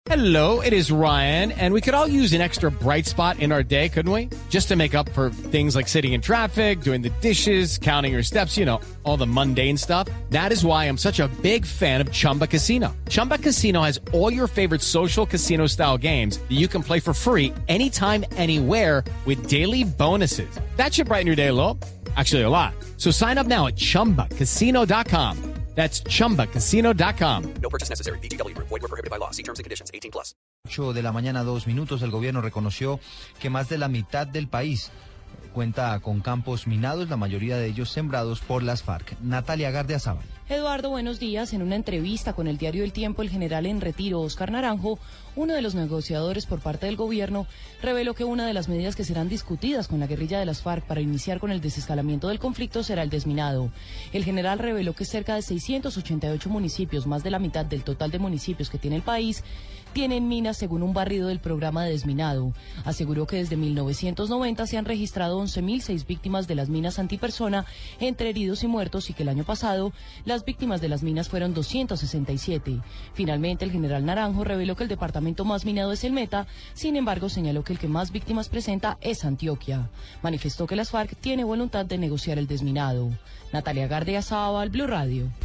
Hello, it is Ryan, and we could all use an extra bright spot in our day, couldn't we? Just to make up for things like sitting in traffic, doing the dishes, counting your steps, you know, all the mundane stuff. That is why I'm such a big fan of Chumba Casino. Chumba Casino has all your favorite social casino-style games that you can play for free anytime, anywhere with daily bonuses. That should brighten your day a little. Actually, a lot. So sign up now at ChumbaCasino.com. That's ChumbaCasino.com. No purchase necessary. VGW Group. Void where prohibited by law. See terms and conditions. 18+. 8 de la mañana, 2 minutos. El gobierno reconoció que más de la mitad del país cuenta con campos minados, la mayoría de ellos sembrados por las FARC. Natalia Gardeazabal. Eduardo, buenos días. En una entrevista con el diario El Tiempo, el general en retiro, Óscar Naranjo, uno de los negociadores por parte del gobierno, reveló que una de las medidas que serán discutidas con la guerrilla de las FARC para iniciar con el desescalamiento del conflicto será el desminado. El general reveló que cerca de 688 municipios, más de la mitad del total de municipios que tiene el país, tienen minas según un barrido del programa de desminado. Aseguró que desde 1990 se han registrado 11.006 víctimas de las minas antipersona, entre heridos y muertos, y que el año pasado las víctimas de las minas fueron 267. Finalmente, el general Naranjo reveló que el departamento más minado es el Meta, sin embargo señaló que el que más víctimas presenta es Antioquia. Manifestó que las FARC tiene voluntad de negociar el desminado. Natalia Gardeazabal, Blue Radio.